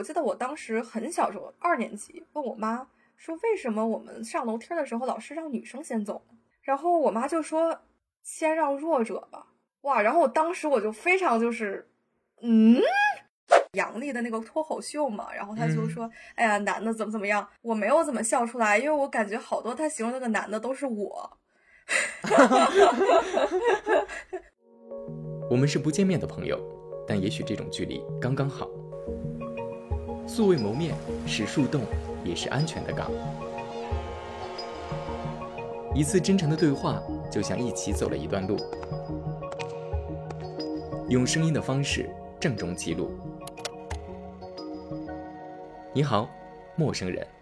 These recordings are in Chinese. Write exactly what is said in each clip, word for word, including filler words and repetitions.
我记得我当时很小时候，二年级，问我妈说为什么我们上楼梯的时候老是让女生先走呢？然后我妈就说先让弱者吧。哇，然后我当时我就非常就是嗯杨笠的那个脱口秀嘛，然后他就说、嗯、哎呀男的怎么怎么样，我没有怎么笑出来，因为我感觉好多他形容那个男的都是我。 我们是不见面的朋友，但也许这种距离刚刚好。素未谋面，是树洞，也是安全的港。一次真诚的对话，就像一起走了一段路。用声音的方式郑重记录。你好，陌生人。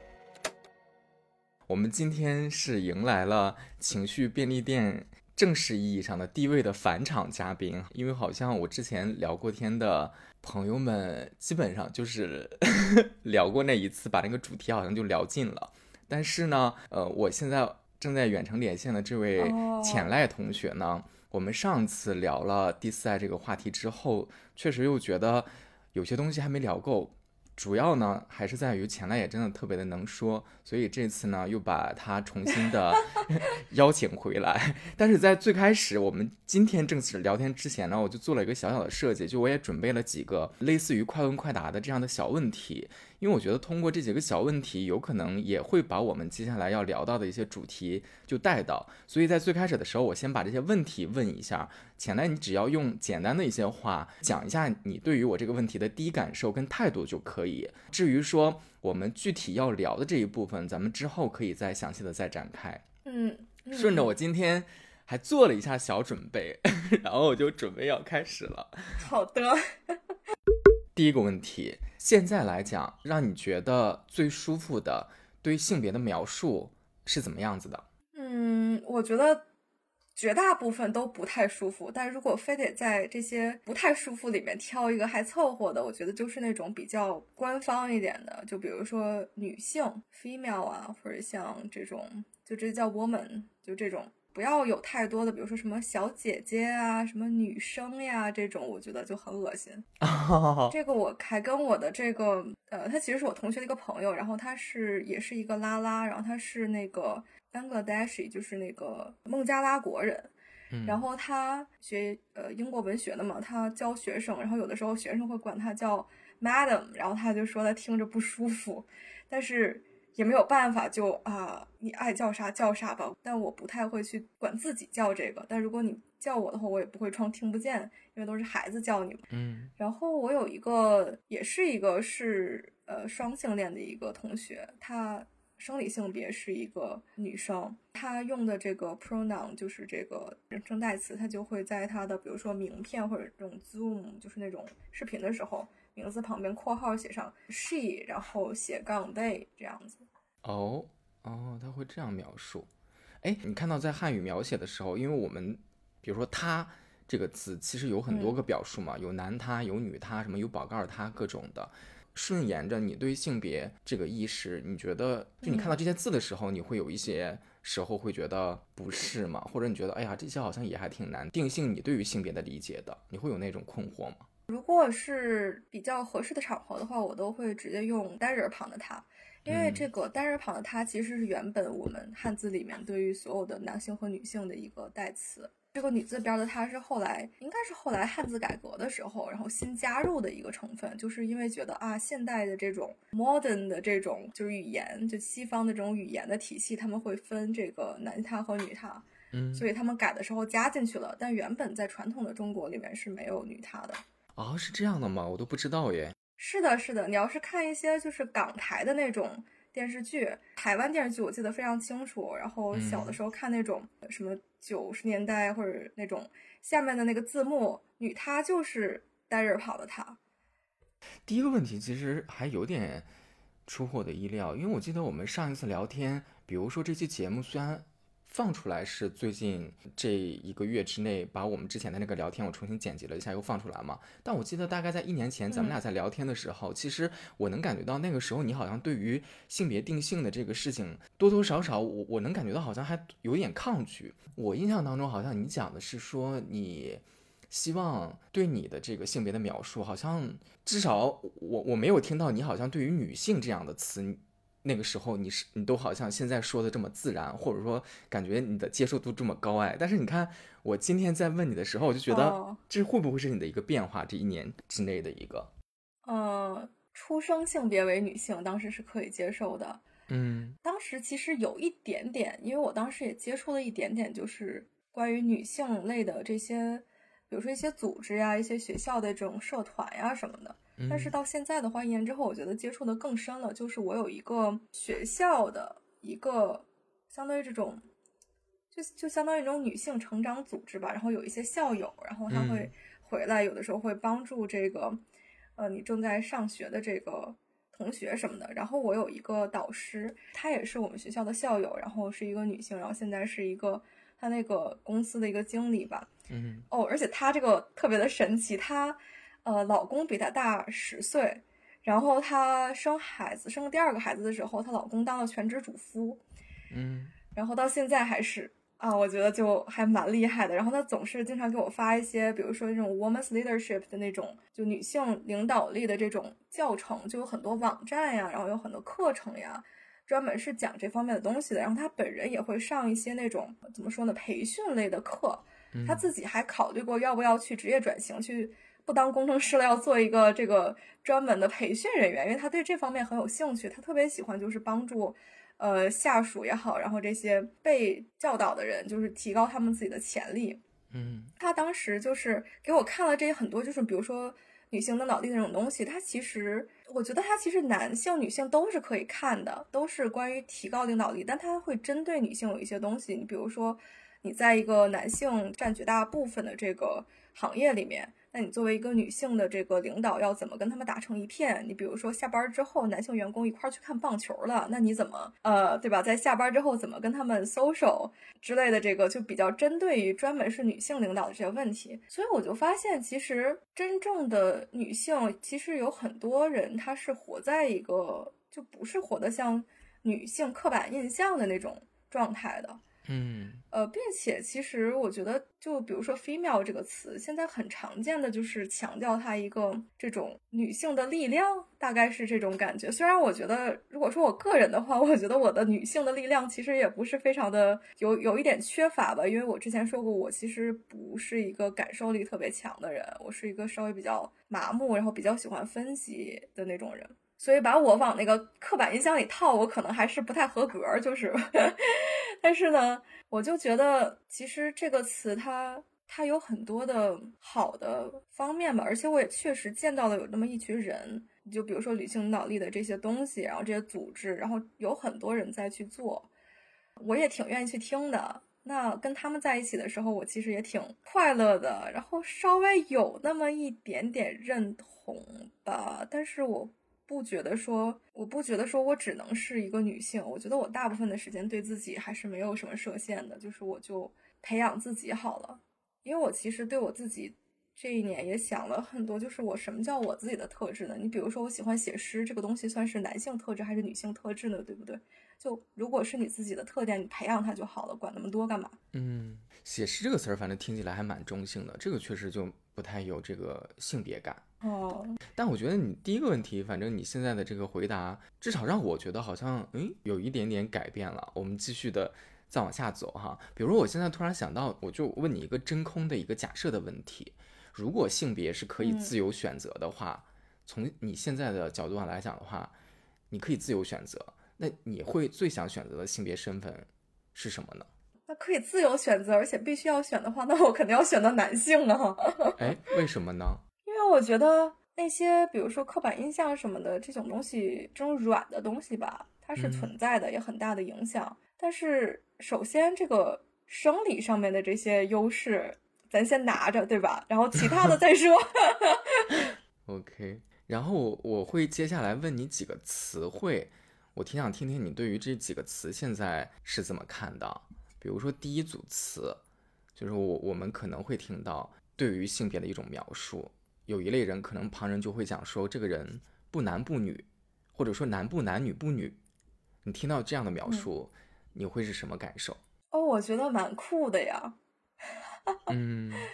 我们今天是迎来了情绪便利店正式意义上的第一位的返场嘉宾，因为好像我之前聊过天的朋友们基本上就是聊过那一次，把那个主题好像就聊尽了。但是呢，呃，我现在正在远程连线的这位浅赖同学呢， oh. 我们上次聊了第四代这个话题之后，确实又觉得有些东西还没聊够。主要呢还是在于浅赖也真的特别的能说，所以这次呢又把他重新的邀请回来。但是在最开始我们今天正式聊天之前呢，我就做了一个小小的设计，就我也准备了几个类似于快问快答的这样的小问题，因为我觉得通过这几个小问题有可能也会把我们接下来要聊到的一些主题就带到，所以在最开始的时候我先把这些问题问一下浅赖，你只要用简单的一些话讲一下你对于我这个问题的第一感受跟态度就可以，至于说我们具体要聊的这一部分咱们之后可以再详细的再展开。 嗯， 嗯顺着我今天还做了一下小准备然后我就准备要开始了。 好的。 第一个问题，现在来讲让你觉得最舒服的对性别的描述是怎么样子的？ 嗯，我觉得绝大部分都不太舒服，但如果非得在这些不太舒服里面挑一个还凑合的，我觉得就是那种比较官方一点的，就比如说女性 female 啊，或者像这种就这叫 woman， 就这种不要有太多的比如说什么小姐姐啊什么女生呀，这种我觉得就很恶心。这个我还跟我的这个呃，他其实是我同学的一个朋友，然后他是也是一个拉拉，然后他是那个 Bangladeshi， 就是那个孟加拉国人， 嗯、 然后他学呃英国文学的嘛，他教学生，然后有的时候学生会管他叫 Madam， 然后他就说他听着不舒服，但是也没有办法，就啊，你爱叫啥叫啥吧。但我不太会去管自己叫这个，但如果你叫我的话，我也不会装听不见，因为都是孩子叫你。 嗯， 然后我有一个也是一个是呃双性恋的一个同学，他生理性别是一个女生，她用的这个 pronoun 就是这个人称代词，她就会在她的比如说名片或者这种 Zoom 就是那种视频的时候，名字旁边括号写上 she， 然后斜杠 they 这样子。 哦哦，他会这样描述。哎，你看到在汉语描写的时候，因为我们比如说他这个字其实有很多个表述嘛、嗯、有男他有女他什么有宝盖他各种的，顺沿着你对性别这个意识，你觉得就你看到这些字的时候、嗯、你会有一些时候会觉得不适吗？或者你觉得哎呀这些好像也还挺难定性你对于性别的理解的，你会有那种困惑吗？ 如果是比较合适的场合的话，我都会直接用单人旁的他，因为这个单人旁的他其实是原本我们汉字里面对于所有的男性和女性的一个代词，这个女字边的他是后来应该是后来汉字改革的时候然后新加入的一个成分，就是因为觉得啊现代的这种 modern 的这种就是语言，就西方的这种语言的体系他们会分这个男他和女他， 嗯， 所以他们改的时候加进去了，但原本在传统的中国里面是没有女他的。 哦，是这样的吗？我都不知道耶。 是的是的，你要是看一些就是港台的那种电视剧，台湾电视剧我记得非常清楚，然后小的时候看那种什么九十年代或者那种下面的那个字幕，女她就是单人旁的她。 第一个问题其实还有点出乎我的意料，因为我记得我们上一次聊天，比如说这期节目虽然放出来是最近这一个月之内把我们之前的那个聊天我重新剪辑了一下又放出来嘛，但我记得大概在一年前咱们俩在聊天的时候、嗯、其实我能感觉到那个时候你好像对于性别定性的这个事情多多少少我我能感觉到好像还有点抗拒。我印象当中好像你讲的是说你希望对你的这个性别的描述，好像至少我我没有听到你好像对于女性这样的词，那个时候你是你都好像现在说的这么自然，或者说感觉你的接受度这么高哎。但是你看我今天在问你的时候，我就觉得这会不会是你的一个变化，这一年之内的一个？ 呃，出生性别为女性，当时是可以接受的。 嗯， 当时其实有一点点，因为我当时也接触了一点点，就是关于女性类的这些，比如说一些组织呀、一些学校的这种社团呀什么的。但是到现在的话，一年之后，我觉得接触的更深了。就是我有一个学校的一个相当于这种，就就相当于一种女性成长组织吧。然后有一些校友，然后他会回来，有的时候会帮助这个，呃，你正在上学的这个同学什么的。然后我有一个导师，她也是我们学校的校友，然后是一个女性，然后现在是一个她那个公司的一个经理吧。 嗯， 哦，而且她这个特别的神奇，她。呃，老公比她大十岁，然后她生孩子，生第二个孩子的时候，她老公当了全职主夫， 嗯， 然后到现在还是啊，我觉得就还蛮厉害的。然后她总是经常给我发一些，比如说这种 women's leadership 的那种，就女性领导力的这种教程，就有很多网站呀，然后有很多课程呀，专门是讲这方面的东西的。然后她本人也会上一些那种怎么说呢，培训类的课，她自己还考虑过要不要去职业转型去。不当工程师了，要做一个这个专门的培训人员，因为他对这方面很有兴趣，他特别喜欢就是帮助呃下属也好，然后这些被教导的人就是提高他们自己的潜力。 嗯， 他当时就是给我看了这些很多，就是比如说女性的脑力那种东西，他其实我觉得他其实男性女性都是可以看的，都是关于提高领导力，但他会针对女性有一些东西。你比如说你在一个男性占绝大部分的这个行业里面，那你作为一个女性的这个领导要怎么跟他们打成一片？你比如说下班之后男性员工一块去看棒球了，那你怎么呃对吧，在下班之后怎么跟他们 social 之类的，这个就比较针对于专门是女性领导的这些问题。所以我就发现其实真正的女性其实有很多人她是活在一个就不是活得像女性刻板印象的那种状态的。 嗯， 呃，并且其实我觉得，就比如说 female 这个词，现在很常见的就是强调它一个这种女性的力量，大概是这种感觉。虽然我觉得，如果说我个人的话，我觉得我的女性的力量其实也不是非常的有有一点缺乏吧，因为我之前说过，我其实不是一个感受力特别强的人，我是一个稍微比较麻木，然后比较喜欢分析的那种人。所以把我往那个刻板印象里套，我可能还是不太合格，就是但是呢，我就觉得其实这个词它它有很多的好的方面吧，而且我也确实见到了有那么一群人，就比如说女性领导力的这些东西，然后这些组织，然后有很多人在去做，我也挺愿意去听的。那跟他们在一起的时候，我其实也挺快乐的，然后稍微有那么一点点认同吧，但是我不觉得说，我不觉得说我只能是一个女性，我觉得我大部分的时间对自己还是没有什么设限的，就是我就培养自己好了。因为我其实对我自己这一年也想了很多，就是我什么叫我自己的特质呢？你比如说我喜欢写诗，这个东西算是男性特质还是女性特质呢？对不对？就如果是你自己的特点，你培养它就好了，管那么多干嘛？ 嗯，写诗这个词儿，反正听起来还蛮中性的，这个确实就不太有这个性别感。 哦， 但我觉得你第一个问题，反正你现在的这个回答，至少让我觉得好像，嗯，有一点点改变了。我们继续的再往下走哈。比如说，我现在突然想到，我就问你一个真空的一个假设的问题：如果性别是可以自由选择的话，嗯、从你现在的角度上来讲的话，你可以自由选择，那你会最想选择的性别身份是什么呢？ 那可以自由选择，而且必须要选的话，那我肯定要选择男性啊。 哎，为什么呢？ 因为我觉得那些比如说刻板印象什么的这种东西，这种软的东西吧，它是存在的，嗯、也很大的影响。但是首先这个生理上面的这些优势，咱先拿着，对吧？然后其他的再说。 OK， 然后我我会接下来问你几个词汇，我挺想听听你对于这几个词现在是怎么看的。比如说第一组词，就是我我们可能会听到对于性别的一种描述，有一类人可能旁人就会讲说这个人不男不女，或者说男不男女不女。你听到这样的描述，嗯、你会是什么感受？ 哦，我觉得蛮酷的呀。 嗯，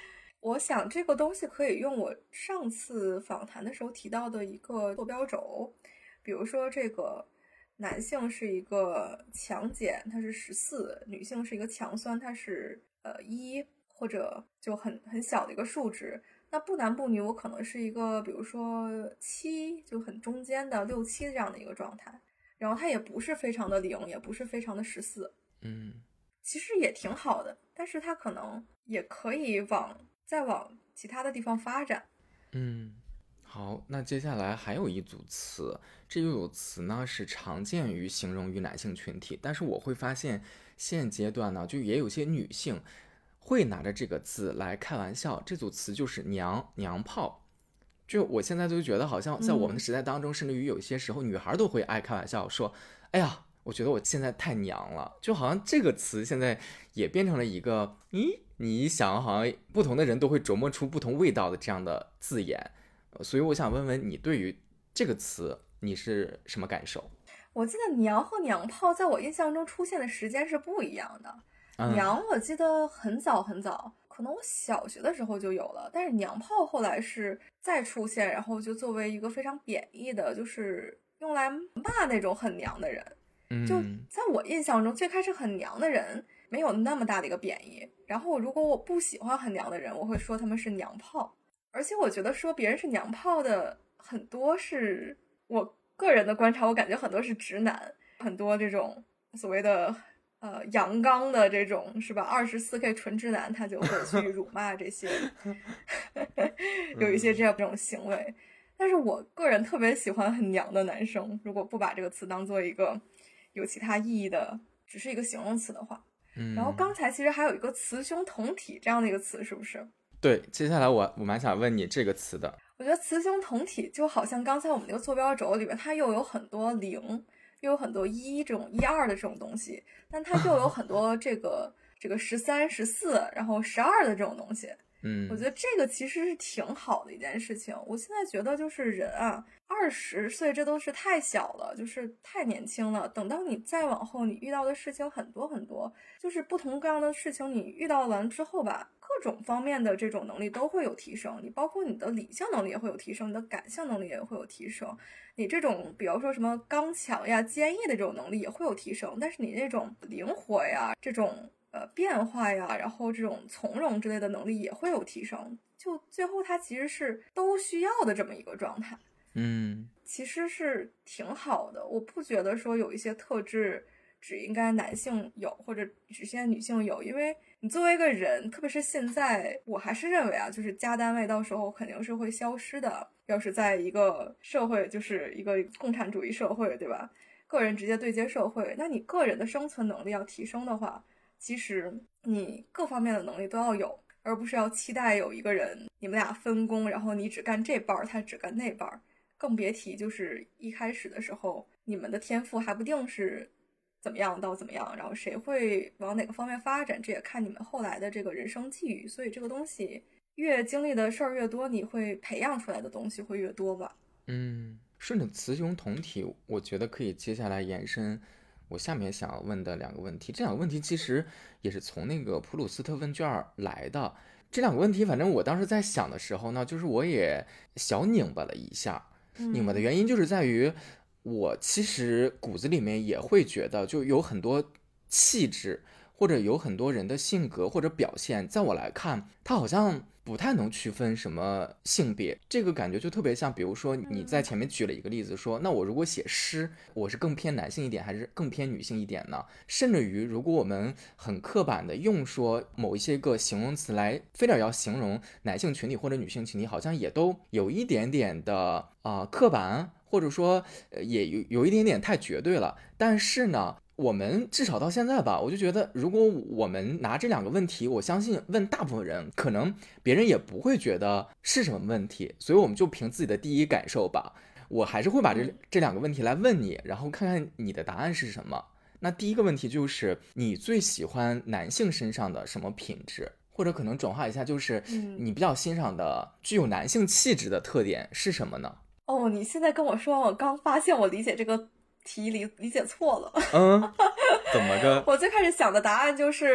我想这个东西可以用我上次访谈的时候提到的一个坐标轴，比如说这个男性是一个强碱，它是十四；女性是一个强酸，它是呃一，或者就很很小的一个数值。那不男不女，我可能是一个比如说七，就很中间的六七这样的一个状态。然后它也不是非常的零，也不是非常的十四， 嗯， 其实也挺好的，但是它可能也可以往再往其他的地方发展。 嗯，好，那接下来还有一组词，这一组词呢是常见于形容于男性群体，但是我会发现现阶段呢，就也有些女性会拿着这个字来开玩笑。这组词就是娘娘炮。就我现在就觉得好像在我们的时代当中，嗯、甚至于有些时候女孩都会爱开玩笑说，哎呀，我觉得我现在太娘了，就好像这个词现在也变成了一个，咦，你一想好像不同的人都会琢磨出不同味道的这样的字眼。所以我想问问你，对于这个词你是什么感受？ 我记得娘和娘炮在我印象中出现的时间是不一样的。 嗯、 娘我记得很早很早，可能我小学的时候就有了，但是娘炮后来是再出现，然后就作为一个非常贬义的，就是用来骂那种很娘的人。 嗯， 就在我印象中，最开始很娘的人没有那么大的一个贬义，然后如果我不喜欢很娘的人，我会说他们是娘炮。而且我觉得说别人是娘炮的很多是我个人的观察，我感觉很多是直男，很多这种所谓的呃阳刚的这种是吧，二十四 K 纯直男，他就会去辱骂这些有一些这样这种行为。但是我个人特别喜欢很娘的男生，如果不把这个词当做一个有其他意义的只是一个形容词的话。 嗯， 然后刚才其实还有一个雌雄同体这样的一个词，是不是？ 对，接下来我我蛮想问你这个词的。 我觉得雌雄同体就好像刚才我们那个坐标轴里面，它又有很多零，又有很多一这种一二的这种东西，但它又有很多这个这个十三、十四，然后十二的这种东西。 嗯， 我觉得这个其实是挺好的一件事情。我现在觉得就是人啊，二十岁这都是太小了，就是太年轻了。等到你再往后，你遇到的事情很多很多，就是不同各样的事情，你遇到完之后吧，各种方面的这种能力都会有提升。你包括你的理性能力也会有提升，你的感性能力也会有提升。你这种比方说什么刚强呀、坚毅的这种能力也会有提升，但是你那种灵活呀、这种呃变化呀，然后这种从容之类的能力也会有提升。就最后它其实是都需要的这么一个状态。 嗯， 其实是挺好的。我不觉得说有一些特质只应该男性有，或者只限女性有，因为你作为一个人，特别是现在，我还是认为啊，就是家单位到时候肯定是会消失的。要是在一个社会，就是一个共产主义社会，对吧？个人直接对接社会，那你个人的生存能力要提升的话，其实你各方面的能力都要有，而不是要期待有一个人你们俩分工，然后你只干这半，他只干那半。更别提就是一开始的时候，你们的天赋还不定是怎么样到怎么样，然后谁会往哪个方面发展，这也看你们后来的这个人生际遇。所以这个东西越经历的事儿越多，你会培养出来的东西会越多吧。 嗯，顺着雌雄同体，我觉得可以接下来延伸我下面想要问的两个问题。这两个问题其实也是从那个普鲁斯特问卷来的。这两个问题反正我当时在想的时候呢，就是我也小拧巴了一下。拧巴的原因就是在于我其实骨子里面也会觉得，就有很多气质或者有很多人的性格或者表现，在我来看他好像不太能区分什么性别。这个感觉就特别像，比如说你在前面举了一个例子说，那我如果写诗，我是更偏男性一点还是更偏女性一点呢？甚至于如果我们很刻板的用说某一些个形容词来非得要形容男性群体或者女性群体，好像也都有一点点的啊、呃、刻板，或者说呃也有有一点点太绝对了。但是呢，我们至少到现在吧，我就觉得如果我们拿这两个问题，我相信问大部分人，可能别人也不会觉得是什么问题，所以我们就凭自己的第一感受吧。我还是会把这这两个问题来问你，然后看看你的答案是什么。那第一个问题就是你最喜欢男性身上的什么品质，或者可能转化一下，就是你比较欣赏的具有男性气质的特点是什么呢？ 哦，你现在跟我说，我刚发现我理解这个题理理解错了。 嗯，怎么个？ 我最开始想的答案就是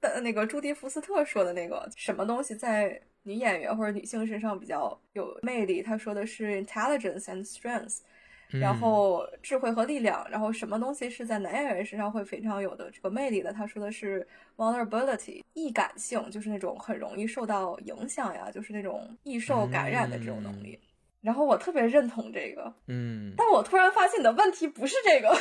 那个朱迪福斯特说的那个什么东西在女演员或者女性身上比较有魅力，他说的是 intelligence and strength，然后智慧和力量，然后什么东西是在男演员身上会非常有的这个魅力的，他说的是 vulnerability， 易感性，就是那种很容易受到影响呀，就是那种易受感染的这种能力、嗯、然后我特别认同这个，嗯，但我突然发现你的问题不是这个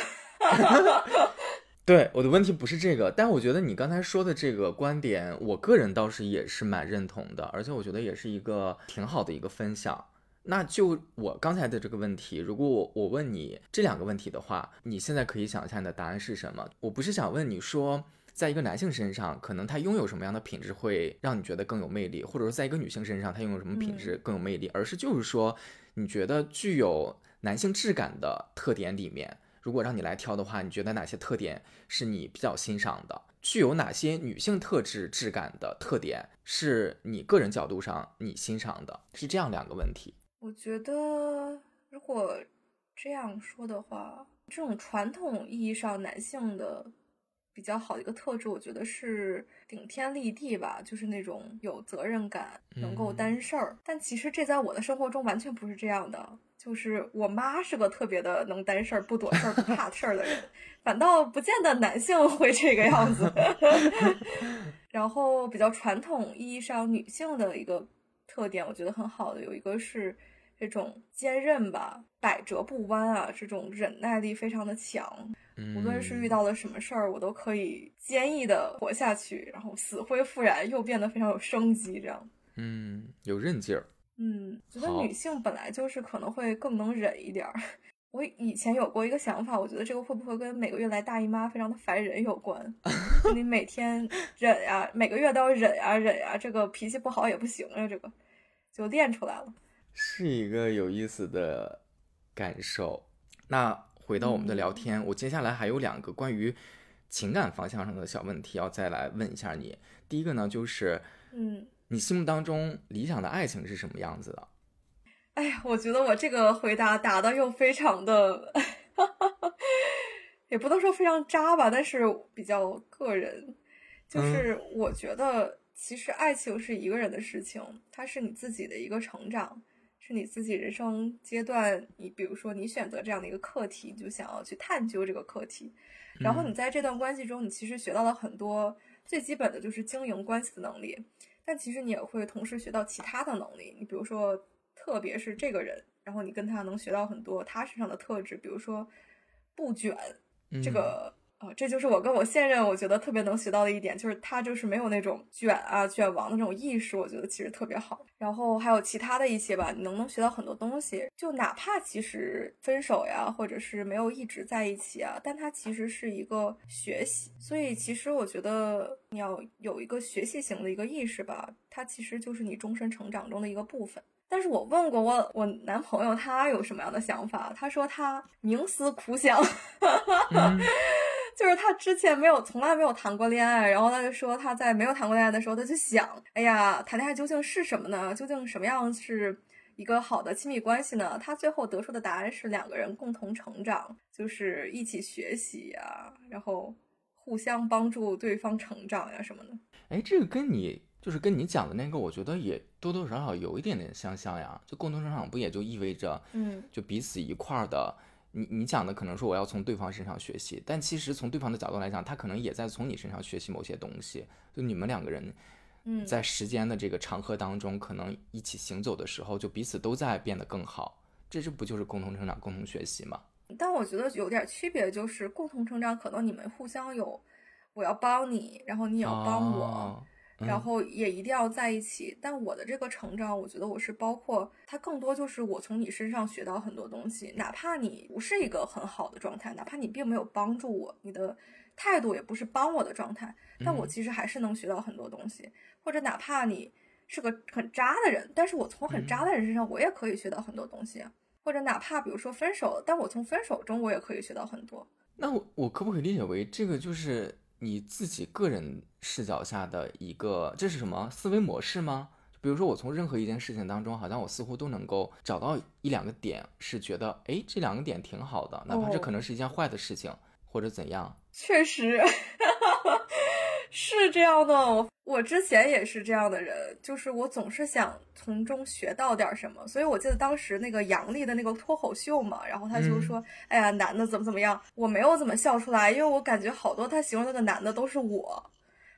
对，我的问题不是这个，但我觉得你刚才说的这个观点我个人倒是也是蛮认同的，而且我觉得也是一个挺好的一个分享。那就我刚才的这个问题，如果我我问你这两个问题的话，你现在可以想一下你的答案是什么？我不是想问你说在一个男性身上可能他拥有什么样的品质会让你觉得更有魅力，或者说在一个女性身上他拥有什么品质更有魅力、嗯、而是就是说你觉得具有男性质感的特点里面，如果让你来挑的话，你觉得哪些特点是你比较欣赏的？具有哪些女性特质质感的特点是你个人角度上你欣赏的？是这样两个问题。 我觉得如果这样说的话，这种传统意义上男性的比较好的一个特质，我觉得是顶天立地吧，就是那种有责任感，能够担事儿、嗯、但其实这在我的生活中完全不是这样的，就是我妈是个特别的能担事儿、不躲事儿、不怕事儿的人反倒不见得男性会这个样子然后比较传统意义上女性的一个特点我觉得很好的有一个是这种坚韧吧，百折不弯啊，这种忍耐力非常的强，无论是遇到了什么事儿我都可以坚毅的活下去，然后死灰复燃又变得非常有生机，这样嗯，有韧劲儿。 嗯，觉得女性本来就是可能会更能忍一点儿。我以前有过一个想法，我觉得这个会不会跟每个月来大姨妈非常的烦人有关你每天忍呀，每个月都要忍呀忍呀，这个脾气不好也不行啊，这个就练出来了， 是一个有意思的感受。那回到我们的聊天、嗯、我接下来还有两个关于情感方向上的小问题要再来问一下你。第一个呢就是嗯，你心目当中理想的爱情是什么样子的？ 哎呀，我觉得我这个回答答的又非常的也不能说非常渣吧，但是比较个人，就是我觉得其实爱情是一个人的事情，它是你自己的一个成长，是你自己人生阶段，你比如说你选择这样的一个课题，你就想要去探究这个课题，然后你在这段关系中你其实学到了很多最基本的就是经营关系的能力，但其实你也会同时学到其他的能力，你比如说特别是这个人，然后你跟他能学到很多他身上的特质，比如说不卷，这个、嗯、呃，这就是我跟我现任我觉得特别能学到的一点，就是他就是没有那种卷啊卷王的那种意识，我觉得其实特别好。然后还有其他的一些吧，你能能学到很多东西，就哪怕其实分手呀，或者是没有一直在一起啊，但它其实是一个学习，所以其实我觉得你要有一个学习型的一个意识吧，它其实就是你终身成长中的一个部分。但是我问过我我男朋友他有什么样的想法，他说他冥思苦想嗯就是他之前没有从来没有谈过恋爱，然后他就说他在没有谈过恋爱的时候他就想，哎呀谈恋爱究竟是什么呢，究竟什么样是一个好的亲密关系呢？他最后得出的答案是两个人共同成长，就是一起学习呀，然后互相帮助对方成长呀什么的。 哎，这个跟你就是跟你讲的那个我觉得也多多少少有一点点相像呀，就共同成长不也就意味着嗯，就彼此一块的，你你讲的可能说我要从对方身上学习，但其实从对方的角度来讲，他可能也在从你身上学习某些东西，就你们两个人在时间的这个长河当中、嗯、可能一起行走的时候就彼此都在变得更好，这是不就是共同成长共同学习吗？ 但我觉得有点区别，就是共同成长可能你们互相有我要帮你，然后你也要帮我、哦然后也一定要在一起、嗯、但我的这个成长我觉得我是包括它更多就是我从你身上学到很多东西，哪怕你不是一个很好的状态，哪怕你并没有帮助我，你的态度也不是帮我的状态，但我其实还是能学到很多东西、嗯、或者哪怕你是个很渣的人，但是我从很渣的人身上我也可以学到很多东西、啊嗯、或者哪怕比如说分手了，但我从分手中我也可以学到很多。 那我我可不可以理解为这个就是你自己个人视角下的一个，这是什么思维模式吗？比如说我从任何一件事情当中好像我似乎都能够找到一两个点是觉得哎，这两个点挺好的，哪怕这可能是一件坏的事情、哦、或者怎样。 确实是这样的，我之前也是这样的人，就是我总是想从中学到点什么，所以我记得当时那个杨笠的那个脱口秀嘛，然后他就说、嗯、哎呀男的怎么怎么样，我没有怎么笑出来，因为我感觉好多他形容那个男的都是我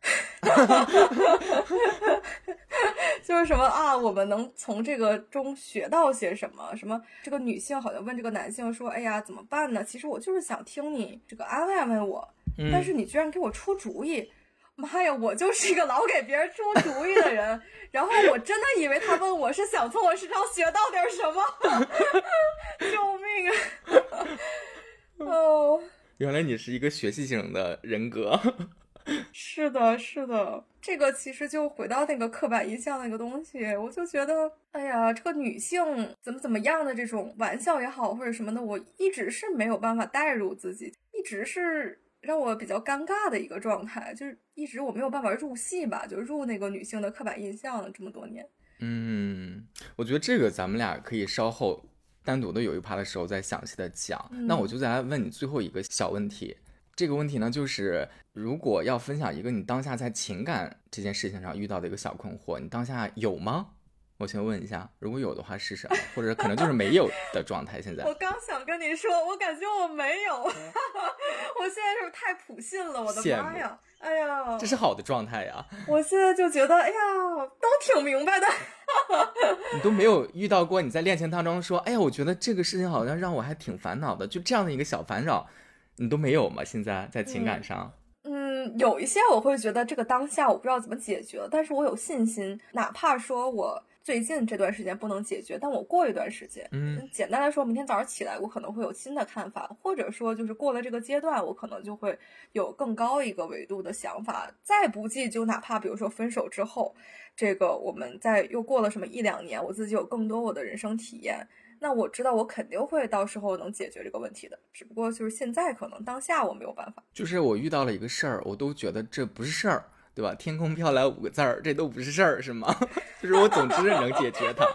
就是什么啊，我们能从这个中学到些什么，什么这个女性好像问这个男性说哎呀怎么办呢，其实我就是想听你这个安慰安慰我、嗯、但是你居然给我出主意，妈呀，我就是一个老给别人出主意的人然后我真的以为他问我是想从我身上学到点什么救命啊哦， 原来你是一个学习型的人格是的是的，这个其实就回到那个刻板印象那个东西，我就觉得哎呀这个女性怎么怎么样的这种玩笑也好或者什么的，我一直是没有办法带入自己，一直是让我比较尴尬的一个状态，就是一直我没有办法入戏吧，就入那个女性的刻板印象了这么多年。 嗯，我觉得这个咱们俩可以稍后单独的有一趴的时候再详细的讲、嗯、那我就再来问你最后一个小问题，这个问题呢就是如果要分享一个你当下在情感这件事情上遇到的一个小困惑，你当下有吗？我先问一下，如果有的话是什么，或者可能就是没有的状态现在我刚想跟你说我感觉我没有我现在是不是太普信了，我的妈呀，哎呀， 这是好的状态呀， 我现在就觉得哎呀都挺明白的你都没有遇到过你在恋情当中说哎呀我觉得这个事情好像让我还挺烦恼的，就这样的一个小烦扰你都没有吗？现在在情感上嗯, 嗯，有一些我会觉得这个当下我不知道怎么解决，但是我有信心，哪怕说我最近这段时间不能解决，但我过一段时间，嗯，简单来说明天早上起来我可能会有新的看法，或者说就是过了这个阶段我可能就会有更高一个维度的想法，再不济就哪怕比如说分手之后，这个我们再又过了什么一两年，我自己有更多我的人生体验，那我知道我肯定会到时候能解决这个问题的，只不过就是现在可能当下我没有办法。 就是我遇到了一个事儿，我都觉得这不是事儿，对吧？天空飘来五个字儿，这都不是事儿，是吗？就是我总之能解决它。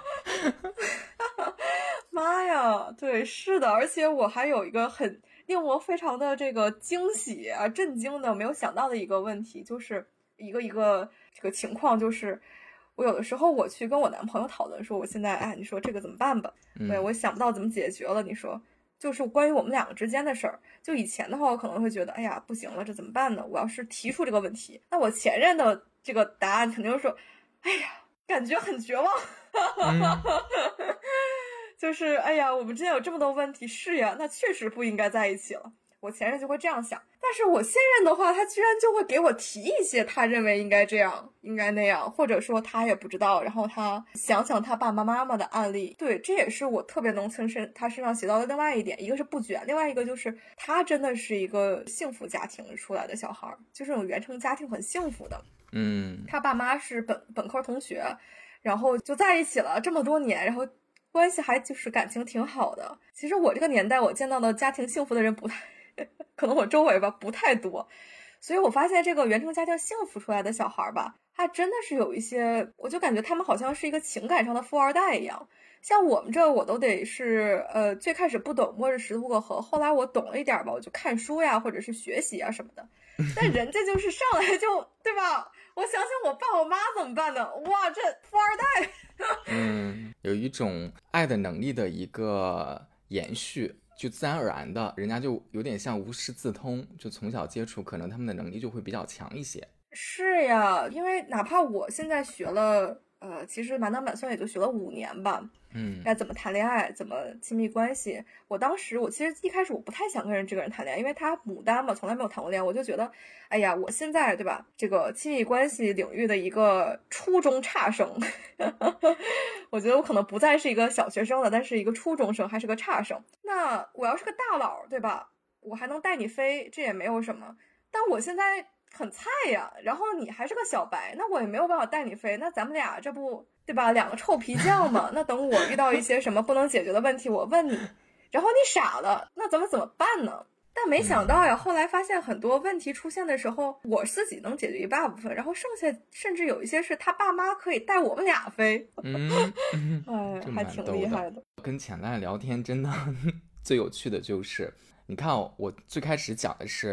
妈呀，对，是的，而且我还有一个很令我非常的这个惊喜啊、震惊的、没有想到的一个问题，就是一个一个这个情况，就是我有的时候我去跟我男朋友讨论说，我现在哎，你说这个怎么办吧？对，我想不到怎么解决了，你说。就是关于我们两个之间的事儿，就以前的话我可能会觉得哎呀不行了，这怎么办呢？我要是提出这个问题，那我前任的这个答案肯定是说哎呀感觉很绝望、嗯、就是哎呀我们之间有这么多问题，是呀那确实不应该在一起了，我前任就会这样想，但是我现任的话他居然就会给我提一些他认为应该这样应该那样，或者说他也不知道，然后他想想他爸爸妈妈的案例，对，这也是我特别能从身他身上学到的另外一点，一个是不卷，另外一个就是他真的是一个幸福家庭出来的小孩，就是这种原生家庭很幸福的， 嗯， 他爸妈是本本科同学，然后就在一起了这么多年，然后关系还就是感情挺好的。其实我这个年代我见到的家庭幸福的人不太可能我周围吧不太多，所以我发现这个原生家庭幸福出来的小孩吧，他真的是有一些，我就感觉他们好像是一个情感上的富二代一样。像我们这我都得是呃最开始不懂摸着石头过河，后来我懂了一点吧，我就看书呀或者是学习啊什么的，但人家就是上来就对吧，我想想我爸我妈怎么办呢？哇，这富二代嗯，有一种爱的能力的一个延续，就自然而然的，人家就有点像无师自通，就从小接触，可能他们的能力就会比较强一些。 是呀，因为哪怕我现在学了呃，其实满打满算也就学了五年吧， 嗯， 该怎么谈恋爱，怎么亲密关系。我当时我其实一开始我不太想跟人这个人谈恋爱，因为他牡丹嘛，从来没有谈过恋爱，我就觉得哎呀我现在对吧这个亲密关系领域的一个初中差生我觉得我可能不再是一个小学生了，但是一个初中生还是个差生，那我要是个大佬对吧，我还能带你飞，这也没有什么，但我现在很菜呀，然后你还是个小白，那我也没有办法带你飞，那咱们俩这不对吧两个臭皮匠嘛那等我遇到一些什么不能解决的问题我问你，然后你傻了，那咱们怎么办呢？但没想到呀，后来发现很多问题出现的时候我自己能解决一大部分，然后剩下甚至有一些是他爸妈可以带我们俩飞嗯，嗯哎，还挺厉害的。 跟浅濑聊天真的最有趣的就是你看我最开始讲的是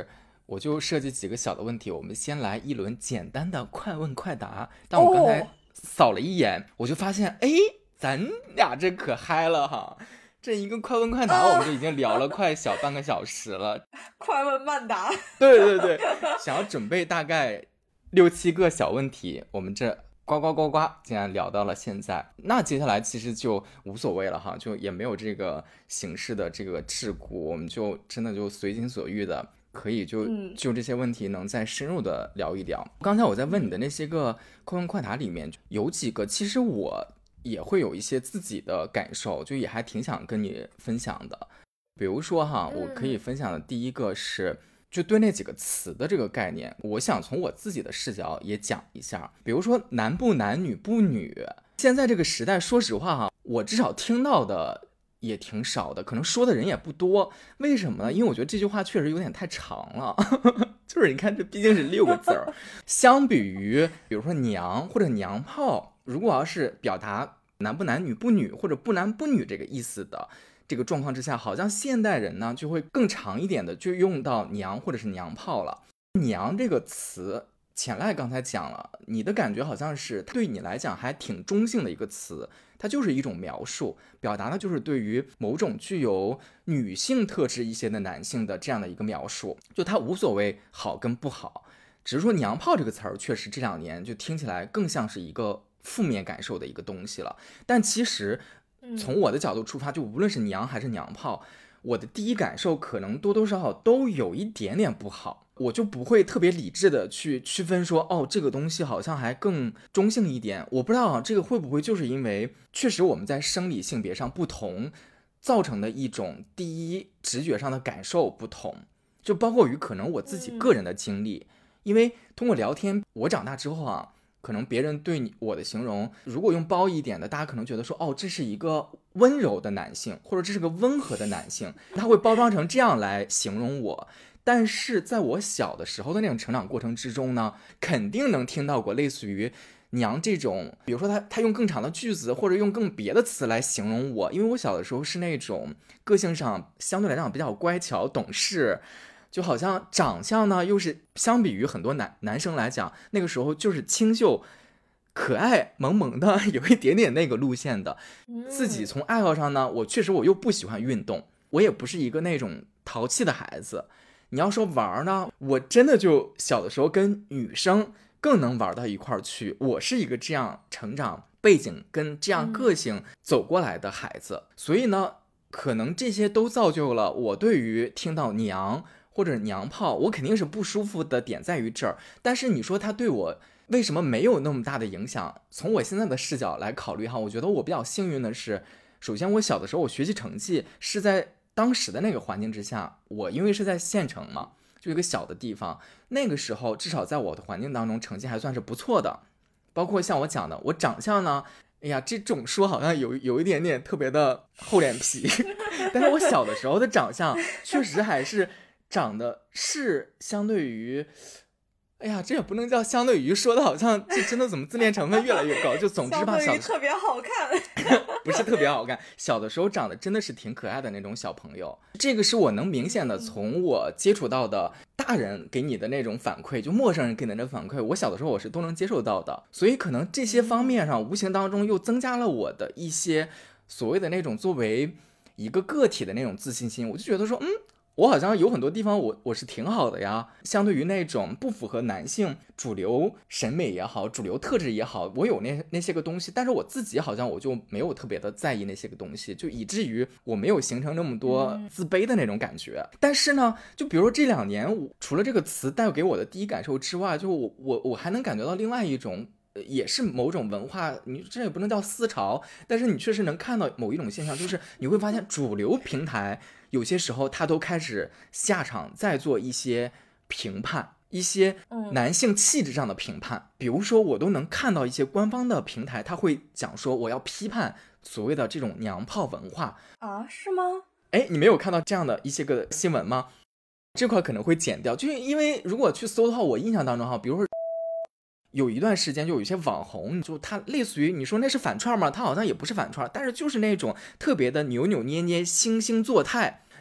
我就设计几个小的问题，我们先来一轮简单的快问快答。但我刚才扫了一眼，哦、我就发现，哎，咱俩这可嗨了哈！这一个快问快答，我们就已经聊了快小半个小时了。 快问慢答。 对对对，想要准备大概六七个小问题，我们这呱呱呱呱，竟然聊到了现在。那接下来其实就无所谓了哈，就也没有这个形式的这个桎梏，我们就真的就随心所欲的。可以就就这些问题能再深入的聊一聊。刚才我在问你的那些个快问快答里面，有几个其实我也会有一些自己的感受，就也还挺想跟你分享的。比如说哈，我可以分享的第一个是就对那几个词的这个概念，我想从我自己的视角也讲一下。比如说男不男女不女，现在这个时代说实话哈，我至少听到的也挺少的，可能说的人也不多。为什么呢？因为我觉得这句话确实有点太长了就是你看这毕竟是六个字儿相比于比如说娘或者娘炮，如果要是表达男不男女不女或者不男不女这个意思的这个状况之下，好像现代人呢就会更长一点的就用到娘或者是娘炮了。娘这个词浅濑刚才讲了，你的感觉好像是对你来讲还挺中性的一个词，它就是一种描述，表达的就是对于某种具有女性特质一些的男性的这样的一个描述，就它无所谓好跟不好，只是说娘炮这个词儿确实这两年就听起来更像是一个负面感受的一个东西了。但其实从我的角度出发，就无论是娘还是娘炮，我的第一感受可能多多少少都有一点点不好，我就不会特别理智的去区分说，哦，这个东西好像还更中性一点。我不知道啊，这个会不会就是因为确实我们在生理性别上不同造成的一种第一直觉上的感受不同，就包括于可能我自己个人的经历，因为通过聊天，我长大之后啊，可能别人对你我的形容，如果用褒义一点的，大家可能觉得说，哦，这是一个温柔的男性，或者这是个温和的男性，他会包装成这样来形容我。但是在我小的时候的那种成长过程之中呢，肯定能听到过类似于娘这种，比如说他他用更长的句子或者用更别的词来形容我，因为我小的时候是那种个性上相对来讲比较乖巧懂事，就好像长相呢又是相比于很多男男生来讲，那个时候就是清秀可爱萌萌的，有一点点那个路线的。自己从爱好上呢，我确实我又不喜欢运动，我也不是一个那种淘气的孩子。你要说玩呢，我真的就小的时候跟女生更能玩到一块儿去，我是一个这样成长背景跟这样个性走过来的孩子，所以呢可能这些都造就了我对于听到娘或者娘炮，我肯定是不舒服的点在于这儿。但是你说他对我为什么没有那么大的影响，从我现在的视角来考虑哈，我觉得我比较幸运的是，首先我小的时候我学习成绩是在当时的那个环境之下，我因为是在县城嘛，就一个小的地方，那个时候至少在我的环境当中成绩还算是不错的。包括像我讲的，我长相呢，哎呀，这种说好像有有一点点特别的厚脸皮但是我小的时候的长相确实还是长得是相对于，哎呀，这也不能叫相对于，说的好像这真的怎么字面成分越来越高，就总之吧， 小的特别好看不是特别好看，小的时候长得真的是挺可爱的那种小朋友。这个是我能明显的从我接触到的大人给你的那种反馈，就陌生人给你的反馈，我小的时候我是都能接受到的。所以可能这些方面上无形当中又增加了我的一些所谓的那种作为一个个体的那种自信心。我就觉得说，嗯，我好像有很多地方我我是挺好的呀，相对于那种不符合男性主流审美也好，主流特质也好，我有那那些个东西，但是我自己好像我就没有特别的在意那些个东西，就以至于我没有形成那么多自卑的那种感觉。嗯、但是呢，就比如说这两年，我除了这个词带给我的第一感受之外，就我我我还能感觉到另外一种。也是某种文化，你这也不能叫思潮，但是你确实能看到某一种现象，就是你会发现主流平台有些时候他都开始下场再做一些评判，一些男性气质上的评判。比如说我都能看到一些官方的平台，他会讲说我要批判所谓的这种娘炮文化啊，是吗？ 哎，你没有看到这样的一些个新闻吗？这块可能会剪掉，就是因为如果去搜的话，我印象当中哈，比如说有一段时间就有一些网红，就他类似于你说那是反串吗？他好像也不是反串，但是就是那种特别的扭扭捏捏、惺惺作态。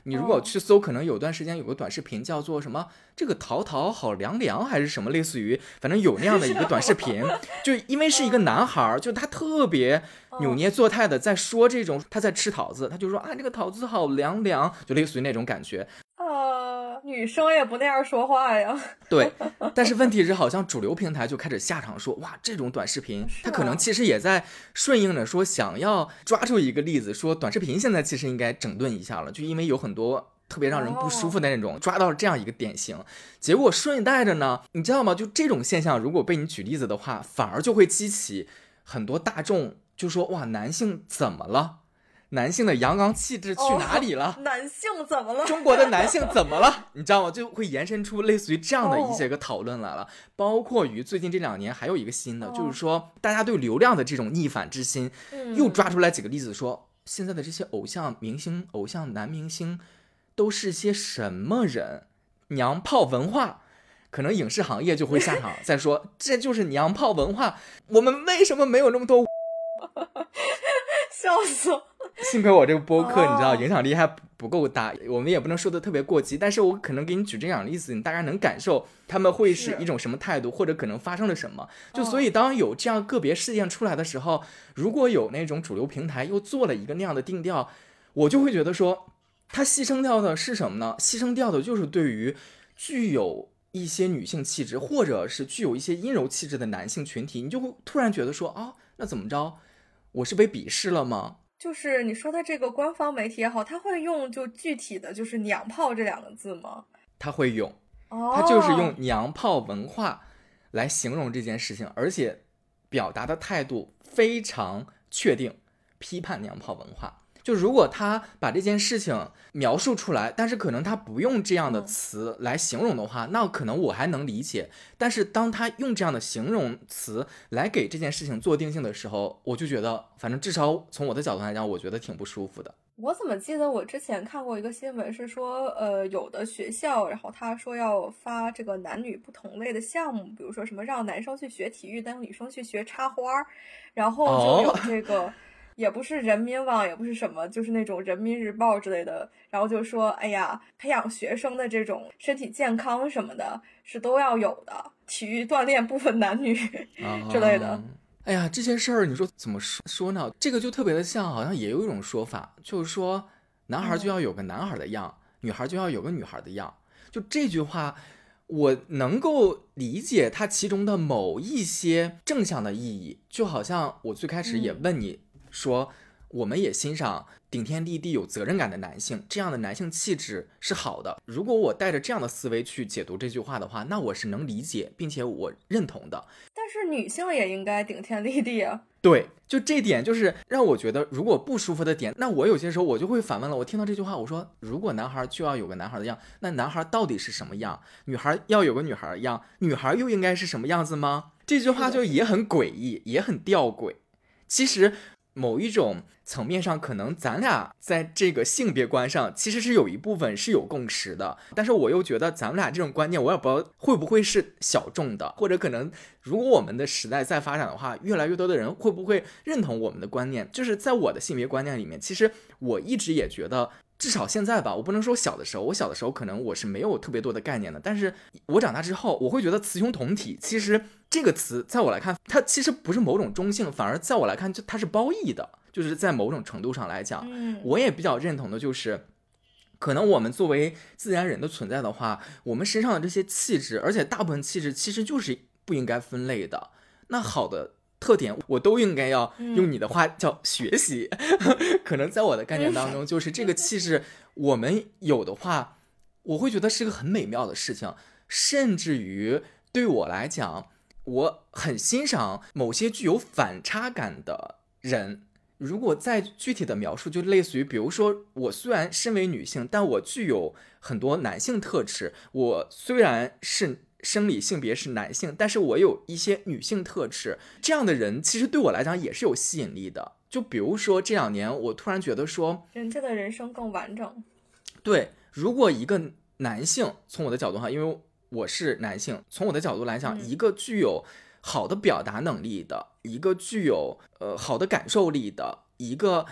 你如果去搜，可能有段时间有个短视频叫做什么这个淘淘好凉凉还是什么，类似于反正有那样的一个短视频就因为是一个男孩，就他特别扭捏作态的在说这种他在吃桃子，他就说啊这个桃子好凉凉，就类似于那种感觉。 呃，女生也不那样说话呀。 对，但是问题是好像主流平台就开始下场说，哇，这种短视频它可能其实也在顺应着说想要抓住一个例子，说短视频现在其实应该整顿一下了，就因为有很多特别让人不舒服的那种，抓到了这样一个典型，结果顺带着呢，你知道吗，就这种现象如果被你举例子的话，反而就会激起很多大众就说，哇，男性怎么了，男性的阳刚气质去哪里了、 哦、男性怎么了， 中国的男性怎么了你知道吗，就会延伸出类似于这样的一些个讨论来了、哦、包括于最近这两年还有一个新的、哦、就是说大家对流量的这种逆反之心、嗯、又抓出来几个例子，说现在的这些偶像明星偶像男明星都是些什么人，娘炮文化，可能影视行业就会下场再说这就是娘炮文化，我们为什么没有那么多笑死了。 幸亏我这个播客你知道影响力还不够大，我们也不能说的特别过激，但是我可能给你举这样的例子，你大概能感受他们会是一种什么态度，或者可能发生了什么。就所以当有这样个别事件出来的时候，如果有那种主流平台又做了一个那样的定调，我就会觉得说他牺牲掉的是什么呢？牺牲掉的就是对于具有一些女性气质或者是具有一些阴柔气质的男性群体，你就会突然觉得说啊，那怎么着，我是被鄙视了吗？ 就是你说的这个官方媒体也好，他会用就具体的就是娘炮这两个字吗？ 他会用、哦、他就是用娘炮文化来形容这件事情，而且表达的态度非常确定，批判娘炮文化。就如果他把这件事情描述出来，但是可能他不用这样的词来形容的话、嗯、那可能我还能理解，但是当他用这样的形容词来给这件事情做定性的时候，我就觉得反正至少从我的角度来讲，我觉得挺不舒服的。 我怎么记得我之前看过一个新闻是说呃，有的学校然后他说要发这个男女不同类的项目，比如说什么让男生去学体育但女生去学插花，然后就有这个、哦也不是人民网也不是什么，就是那种人民日报之类的，然后就说哎呀培养学生的这种身体健康什么的是都要有的，体育锻炼不分男女之类的、啊、 哎呀这些事儿你说怎么说呢，这个就特别的像好像也有一种说法，就是说男孩就要有个男孩的样、嗯、女孩就要有个女孩的样，就这句话我能够理解它其中的某一些正向的意义，就好像我最开始也问你、嗯说我们也欣赏顶天立地有责任感的男性，这样的男性气质是好的，如果我带着这样的思维去解读这句话的话，那我是能理解并且我认同的。 但是女性也应该顶天立地啊。 对，就这点就是让我觉得如果不舒服的点，那我有些时候我就会反问了，我听到这句话我说如果男孩就要有个男孩的样，那男孩到底是什么样，女孩要有个女孩的样，女孩又应该是什么样子吗？这句话就也很诡异也很吊诡。其实某一种层面上可能咱俩在这个性别观上其实是有一部分是有共识的，但是我又觉得咱们俩这种观念我也不知道会不会是小众的，或者可能如果我们的时代再发展的话，越来越多的人会不会认同我们的观念。就是在我的性别观念里面，其实我一直也觉得至少现在吧，我不能说小的时候，我小的时候可能我是没有特别多的概念的，但是我长大之后我会觉得雌雄同体其实这个词在我来看它其实不是某种中性，反而在我来看它是褒义的，就是在某种程度上来讲、嗯、我也比较认同的就是可能我们作为自然人的存在的话，我们身上的这些气质，而且大部分气质其实就是不应该分类的，那好的特点我都应该要用你的话叫学习、嗯、可能在我的概念当中就是这个气质我们有的话我会觉得是个很美妙的事情，甚至于对我来讲我很欣赏某些具有反差感的人。如果再具体的描述就类似于比如说我虽然身为女性，但我具有很多男性特质，我虽然是生理性别是男性，但是我有一些女性特质，这样的人其实对我来讲也是有吸引力的。就比如说这两年我突然觉得说人家的人生更完整。 对，如果一个男性从我的角度上，因为我是男性，从我的角度来讲、嗯、一个具有好的表达能力的，一个具有呃好的感受力的，一个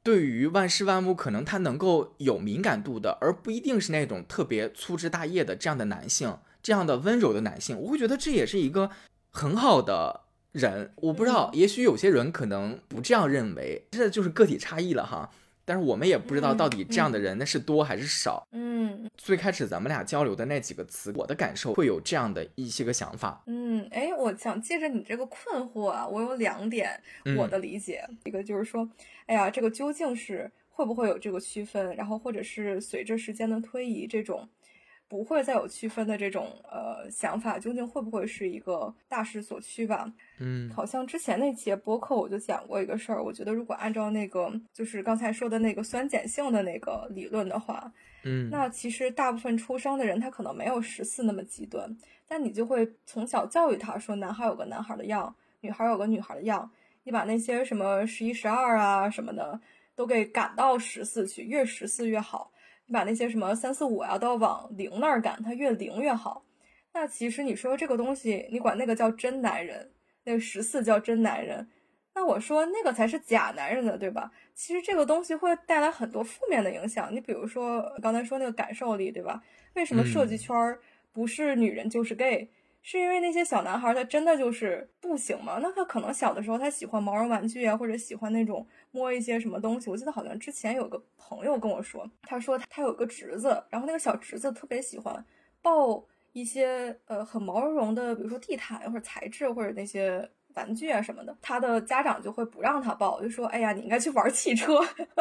对于万事万物可能他能够有敏感度的，而不一定是那种特别粗枝大叶的这样的男性，这样的温柔的男性，我会觉得这也是一个很好的人。我不知道， 嗯、 也许有些人可能不这样认为，这就是个体差异了哈。但是我们也不知道到底这样的人那是多还是少。 嗯， 最开始咱们俩交流的那几个词，我的感受会有这样的一些个想法。 嗯，哎，我想借着你这个困惑啊，我有两点我的理解，嗯、一个就是说，哎呀，这个究竟是会不会有这个区分，然后或者是随着时间的推移，这种不会再有区分的这种呃想法，究竟会不会是一个大势所趋吧？ 嗯， 好像之前那节播客我就讲过一个事儿，我觉得如果按照那个就是刚才说的那个酸碱性的那个理论的话， 嗯， 那其实大部分出生的人他可能没有十四那么极端，但你就会从小教育他说男孩有个男孩的样，女孩有个女孩的样，你把那些什么十一十二啊什么的都给赶到十四去，越十四越好。你把那些什么三四五啊都往零那儿赶，它越零越好。那其实你说这个东西，你管那个叫真男人，那个十四叫真男人，那我说那个才是假男人的，对吧？其实这个东西会带来很多负面的影响。你比如说刚才说那个感受力，对吧？为什么设计圈不是女人就是 gay？、嗯、是因为那些小男孩他真的就是不行吗？那他可能小的时候他喜欢毛绒玩具啊，或者喜欢那种摸一些什么东西。我记得好像之前有个朋友跟我说，他说他有个侄子，然后那个小侄子特别喜欢抱一些呃很毛茸茸的，比如说地毯或者材质或者那些玩具啊什么的，他的家长就会不让他抱，就说哎呀你应该去玩汽车。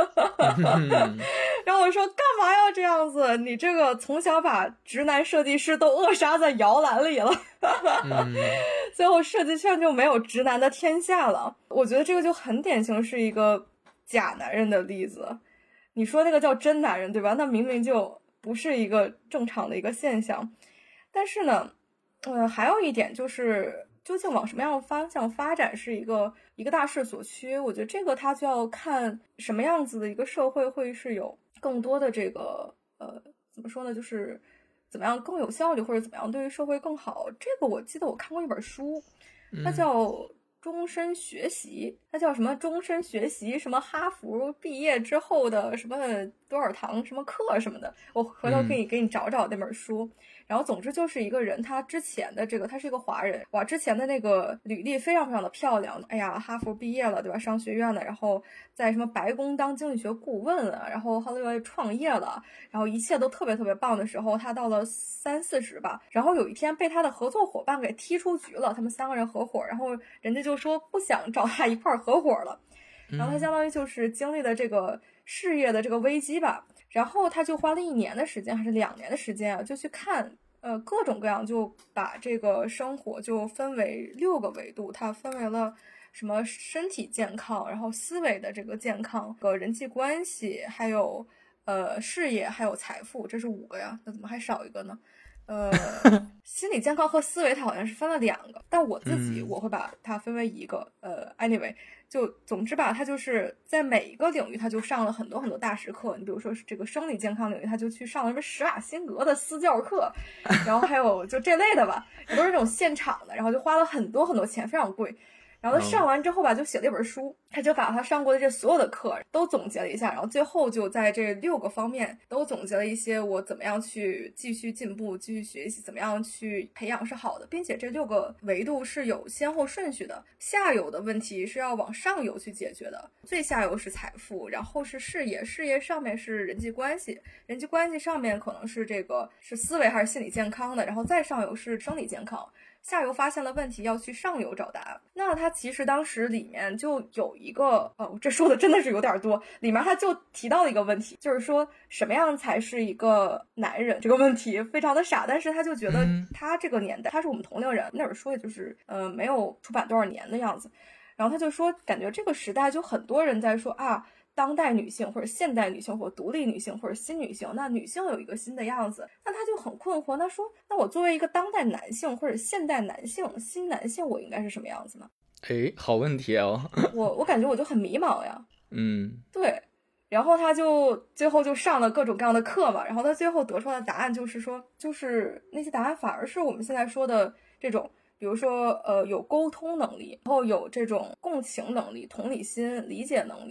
然后我说干嘛要这样子，你这个从小把直男设计师都扼杀在摇篮里了。 嗯、 最后设计圈就没有直男的天下了。我觉得这个就很典型是一个假男人的例子。你说那个叫真男人对吧，那明明就不是一个正常的一个现象。但是呢呃，还有一点就是究竟往什么样的方向发展是一个一个大势所趋，我觉得这个它就要看什么样子的一个社会会是有更多的这个呃怎么说呢，就是怎么样更有效率，或者怎么样对于社会更好。这个我记得我看过一本书，它叫终身学习，它叫什么终身学习什么哈佛毕业之后的什么多少堂什么课什么的，我回头可以给你找找那本书。嗯，然后总之就是一个人他之前的这个他是一个华人，哇，之前的那个履历非常非常的漂亮，哎呀哈佛毕业了对吧，商学院的，然后在什么白宫当经济学顾问了，然后后来创业了，然后一切都特别特别棒的时候，他到了三四十吧，然后有一天被他的合作伙伴给踢出局了，他们三个人合伙，然后人家就说不想找他一块合伙了，然后他相当于就是经历了这个事业的这个危机吧，然后他就花了一年的时间还是两年的时间啊，就去看呃各种各样，就把这个生活就分为六个维度，它分为了什么身体健康，然后思维的这个健康和人际关系，还有呃事业，还有财富，这是五个呀，那怎么还少一个呢？呃，心理健康和思维它好像是分了两个，但我自己我会把它分为一个。呃 ，anyway， 就总之吧，它就是在每一个领域，它就上了很多很多大师课。你比如说是这个生理健康领域，他就去上了什么施瓦辛格的私教课，然后还有就这类的吧，也都是这种现场的，然后就花了很多很多钱，非常贵。然后他上完之后吧，就写了一本书，他就把他上过的这所有的课都总结了一下，然后最后就在这六个方面都总结了一些我怎么样去继续进步、继续学习，怎么样去培养是好的，并且这六个维度是有先后顺序的，下游的问题是要往上游去解决的，最下游是财富，然后是事业，事业上面是人际关系，人际关系上面可能是这个是思维还是心理健康的，然后再上游是生理健康。下游发现了问题，要去上游找答案。那他其实当时里面就有一个，哦，这说的真的是有点多。里面他就提到了一个问题，就是说什么样才是一个男人？这个问题非常的傻，但是他就觉得他这个年代，他是我们同龄人，那本书也就是呃没有出版多少年的样子。然后他就说，感觉这个时代就很多人在说啊。当代女性或者现代女性或者独立女性或者新女性，那女性有一个新的样子，那他就很困惑，他说那我作为一个当代男性或者现代男性新男性，我应该是什么样子呢？ 诶，好问题哦。 我我感觉我就很迷茫呀。 嗯， 对，然后他就最后就上了各种各样的课嘛，然后他最后得出来的答案就是说，就是那些答案反而是我们现在说的这种，比如说呃有沟通能力，然后有这种共情能力、同理心、理解能力、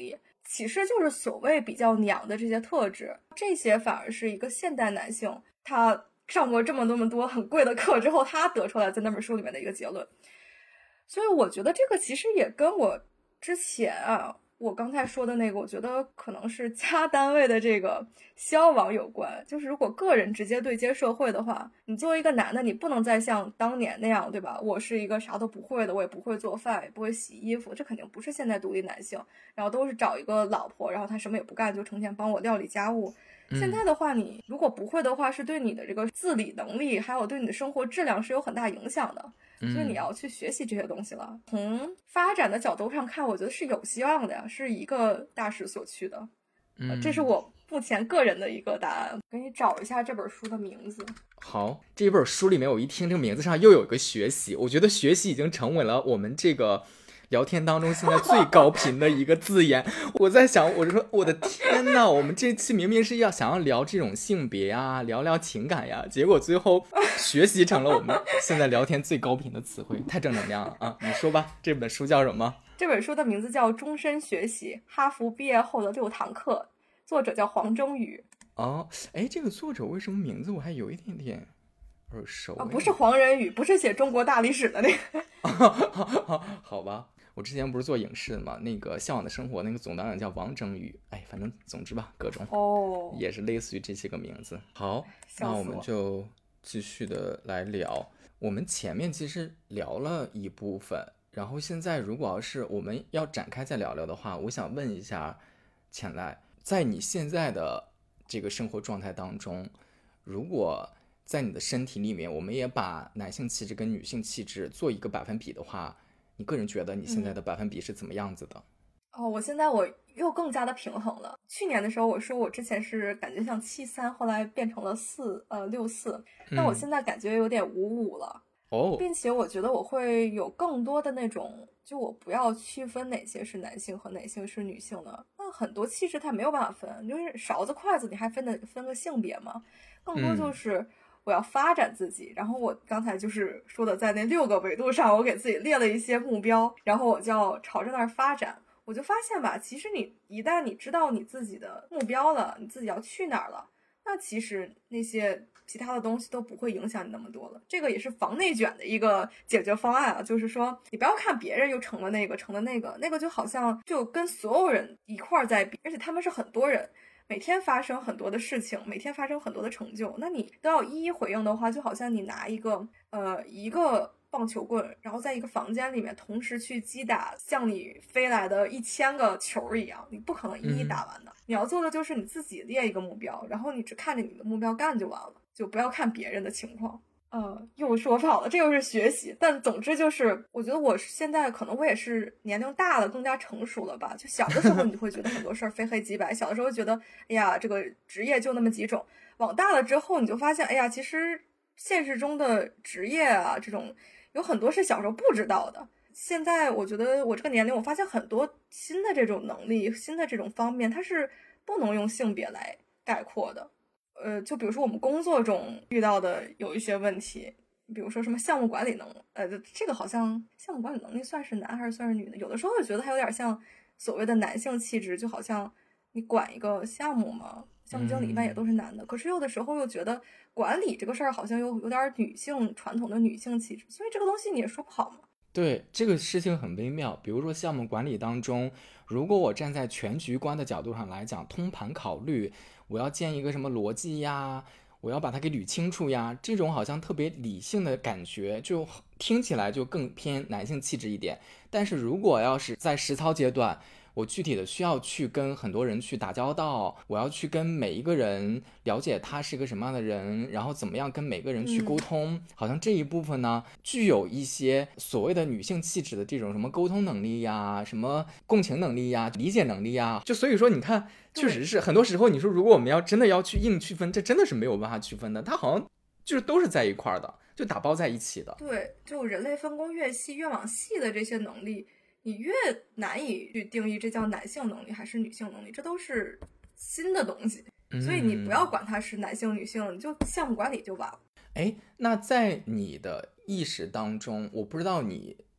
歧视就是所谓比较娘的这些特质，这些反而是一个现代男性他上过这么多么多很贵的课之后他得出来在那本书里面的一个结论。所以我觉得这个其实也跟我之前啊我刚才说的那个，我觉得可能是家单位的这个消亡有关。就是如果个人直接对接社会的话，你作为一个男的，你不能再像当年那样，对吧？我是一个啥都不会的，我也不会做饭，也不会洗衣服，这肯定不是现在独立男性。然后都是找一个老婆，然后他什么也不干，就成天帮我料理家务。现在的话，你如果不会的话，是对你的这个自理能力，还有对你的生活质量是有很大影响的。所以你要去学习这些东西了。从发展的角度上看，我觉得是有希望的呀，是一个大势所趋的。呃、这是我目前个人的一个答案。给你找一下这本书的名字。 好，这本书里面我一听这个名字上又有一个学习，我觉得学习已经成为了我们这个聊天当中现在最高频的一个字眼。我在想，我就说我的天哪，我们这期明明是要想要聊这种性别呀，聊聊情感呀，结果最后学习成了我们现在聊天最高频的词汇，太正能量了啊！你说吧，这本书叫什么？ 这本书的名字叫《终身学习：哈佛毕业后的六堂课》，作者叫黄峥宇。 哦，哎，这个作者为什么名字我还有一点点耳熟？ 啊，不是黄仁宇，不是写中国大历史的那个。 好吧。我之前不是做影视的嘛，那个《向往的生活》那个总导演叫王峥宇，哎，反正总之吧，各种哦， 也是类似于这些个名字。好，那我们就继续的来聊。我们前面其实聊了一部分，然后现在如果要是我们要展开再聊聊的话，我想问一下浅濑，在你现在的这个生活状态当中，如果在你的身体里面，我们也把男性气质跟女性气质做一个百分比的话，你个人觉得你现在的百分比是怎么样子的？ 嗯、哦，我现在我又更加的平衡了。去年的时候我说我之前是感觉像七三，后来变成了四呃六四，但我现在感觉有点五五了。 哦、嗯， 并且我觉得我会有更多的那种，就我不要区分哪些是男性和哪些是女性的。那很多气质它没有办法分，就是勺子筷子你还分的分个性别吗？更多就是我要发展自己、嗯、然后我刚才就是说的在那六个维度上我给自己列了一些目标，然后我就要朝着那儿发展。我就发现吧，其实你一旦你知道你自己的目标了，你自己要去哪儿了，那其实那些其他的东西都不会影响你那么多了。这个也是防内卷的一个解决方案啊，就是说你不要看别人又成了那个成了那个，那个就好像就跟所有人一块儿在比，而且他们是很多人，每天发生很多的事情，每天发生很多的成就，那你都要一一回应的话，就好像你拿一个呃一个棒球棍，然后在一个房间里面同时去击打向你飞来的一千个球一样，你不可能一一打完的、嗯、你要做的就是你自己列一个目标，然后你只看着你的目标干就完了，就不要看别人的情况。呃，又说跑了，这又是学习。但总之就是，我觉得我现在可能我也是年龄大了，更加成熟了吧。就小的时候你就会觉得很多事儿非黑即白，小的时候觉得，哎呀，这个职业就那么几种。往大了之后，你就发现，哎呀，其实现实中的职业啊，这种有很多是小时候不知道的。现在我觉得我这个年龄，我发现很多新的这种能力，新的这种方面，它是不能用性别来概括的。呃，就比如说我们工作中遇到的有一些问题，比如说什么项目管理能，呃，这个好像项目管理能力算是男还是算是女的？有的时候我觉得还有点像所谓的男性气质，就好像你管一个项目嘛，项目经理一般也都是男的，嗯、可是有的时候又觉得管理这个事儿好像又有点女性传统的女性气质，所以这个东西你也说不好嘛。 对，这个事情很微妙。比如说项目管理当中，如果我站在全局观的角度上来讲，通盘考虑，我要建一个什么逻辑呀，我要把它给捋清楚呀，这种好像特别理性的感觉，就听起来就更偏男性气质一点。但是如果要是在实操阶段，我具体的需要去跟很多人去打交道，我要去跟每一个人了解他是个什么样的人，然后怎么样跟每个人去沟通、嗯、好像这一部分呢具有一些所谓的女性气质的这种什么沟通能力呀，什么共情能力呀，理解能力呀，就所以说你看确实是很多时候你说如果我们要真的要去硬区分，这真的是没有办法区分的，它好像就是都是在一块的，就打包在一起的。对， 就人类分工越细越往细的这些能力，你越难以去定义这叫男性能力还是女性能力，这都是新的东西，所以你不要管它是男性女性，你就项目管理就完了。 哎，那在你的意识当中，我不知道你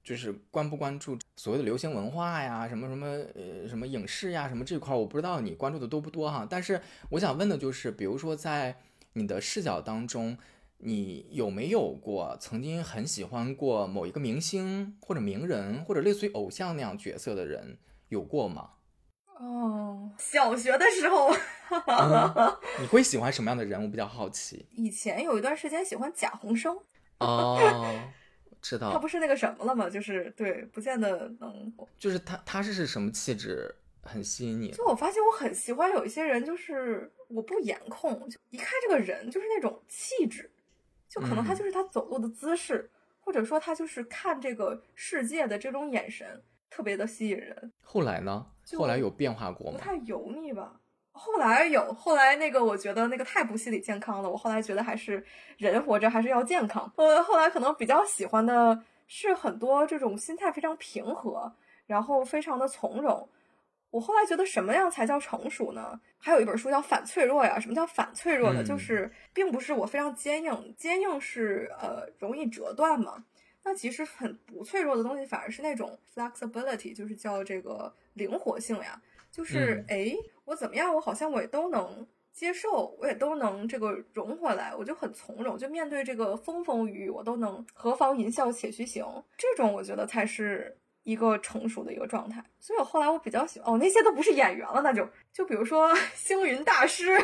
就是关不关注所谓的流行文化呀，什么什么呃什么影视呀，什么这块，我不知道你关注的多不多哈。但是我想问的就是，比如说在你的视角当中，你有没有过曾经很喜欢过某一个明星或者名人或者类似于偶像那样角色的人，有过吗？ 哦，小学的时候嗯，你会喜欢什么样的人？我比较好奇。 以前有一段时间喜欢贾宏声。 哦，知道。 他不是那个什么了吗？就是对，不见得能。 就是他，他是什么气质很吸引你？ 就我发现我很喜欢有一些人，就是我不颜控，就一看这个人就是那种气质，就可能他就是他走路的姿势，嗯、或者说他就是看这个世界的这种眼神，特别的吸引人。 后来呢？后来有变化过吗？ 不太油腻吧。后来有，后来那个我觉得那个太不心理健康了。我后来觉得还是人活着还是要健康。我后来可能比较喜欢的是很多这种心态非常平和，然后非常的从容。我后来觉得什么样才叫成熟呢？还有一本书叫《反脆弱》呀。什么叫反脆弱呢？嗯、就是并不是我非常坚硬，坚硬是呃容易折断嘛。那其实很不脆弱的东西反而是那种 flexibility， 就是叫这个灵活性呀。就是哎、嗯，我怎么样，我好像我也都能接受，我也都能这个融回来，我就很从容，就面对这个风风雨雨，我都能何妨吟啸且徐行。这种我觉得才是一个成熟的一个状态。所以我后来我比较喜欢哦，那些都不是演员了，那就就比如说星云大师。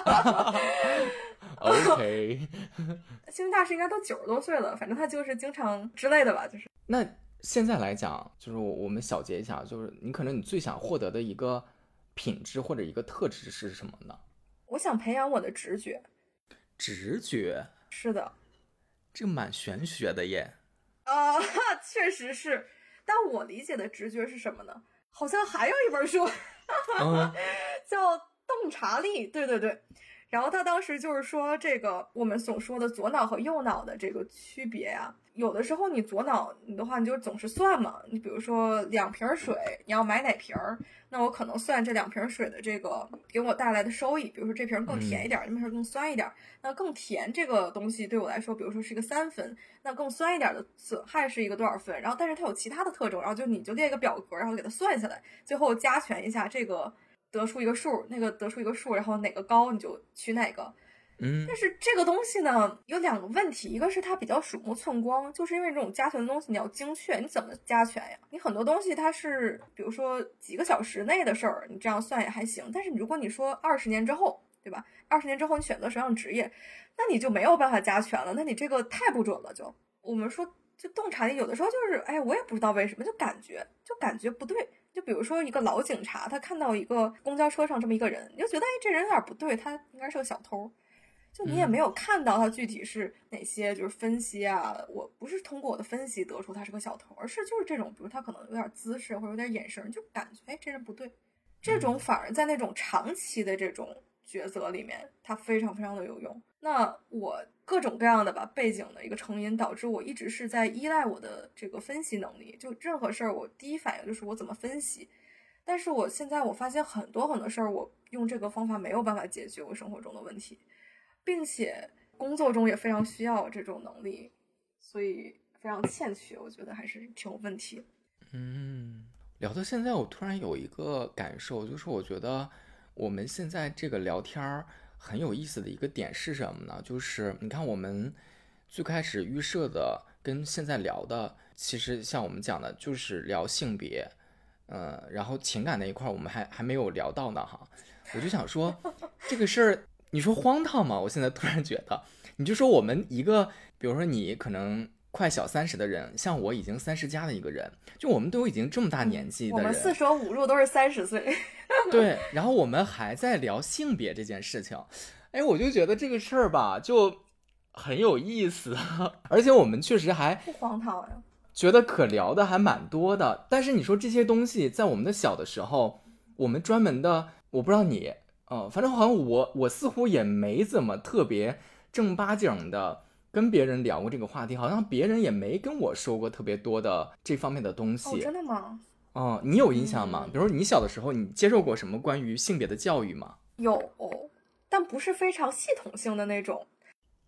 OK， 星云大师应该都九十多岁了，反正他就是经常之类的吧，就是。 那现在来讲，就是我们小结一下，就是你可能你最想获得的一个品质或者一个特质是什么呢？ 我想培养我的直觉。 直觉？是的， 这个蛮玄学的耶。 啊、呃，确实是。但我理解的直觉是什么呢？好像还有一本书，嗯、叫《洞察力》。对对对。然后他当时就是说，这个我们总说的左脑和右脑的这个区别呀、啊，有的时候你左脑你的话，你就总是算嘛。你比如说两瓶水，你要买哪瓶？那我可能算这两瓶水的这个给我带来的收益。比如说这瓶更甜一点，那瓶更酸一点。那更甜这个东西对我来说，比如说是一个三分，那更酸一点的损害是一个多少分？然后但是它有其他的特征，然后就你就列一个表格，然后给它算下来，最后加权一下这个。得出一个数，那个得出一个数，然后哪个高你就取哪个。 嗯， 但是这个东西呢有两个问题，一个是它比较鼠目寸光，就是因为这种加权的东西你要精确，你怎么加权呀？你很多东西它是比如说几个小时内的事儿，你这样算也还行。但是如果你说二十年之后，对吧？二十年之后你选择什么样的职业，那你就没有办法加权了，那你这个太不准了。就我们说，就洞察力有的时候就是，哎，我也不知道为什么，就感觉就感觉不对。就比如说一个老警察，他看到一个公交车上这么一个人，你就觉得哎，这人有点不对，他应该是个小偷。就你也没有看到他具体是哪些就是分析啊，我不是通过我的分析得出他是个小偷，而是就是这种，比如他可能有点姿势或者有点眼神，就感觉哎，这人不对。这种反而在那种长期的这种抉择里面，它非常非常的有用。那我各种各样的吧背景的一个成因，导致我一直是在依赖我的这个分析能力。就任何事儿，我第一反应就是我怎么分析。但是我现在我发现很多很多事儿，我用这个方法没有办法解决我生活中的问题，并且工作中也非常需要这种能力，所以非常欠缺，我觉得还是挺有问题。 嗯，聊到现在，我突然有一个感受，就是我觉得我们现在这个聊天很有意思的一个点是什么呢？就是你看我们最开始预设的跟现在聊的，其实像我们讲的就是聊性别，呃，然后情感那一块我们还还没有聊到呢哈。我就想说这个事儿，你说荒唐吗？我现在突然觉得，你就说我们一个，比如说你可能快小三十的人，像我已经三十加的一个人，就我们都已经这么大年纪的人， 我们四舍五入都是三十岁， 对，然后我们还在聊性别这件事情，哎，我就觉得这个事儿吧，就很有意思，而且我们确实还不荒唐呀， 觉得可聊的还蛮多的。但是你说这些东西在我们的小的时候，我们专门的，我不知道你，呃，反正好像我我似乎也没怎么特别正八经的跟别人聊过这个话题，好像别人也没跟我说过特别多的这方面的东西。 哦，真的吗？ 哦，你有印象吗？嗯、比如说你小的时候，你接受过什么关于性别的教育吗？ 有，但不是非常系统性的那种。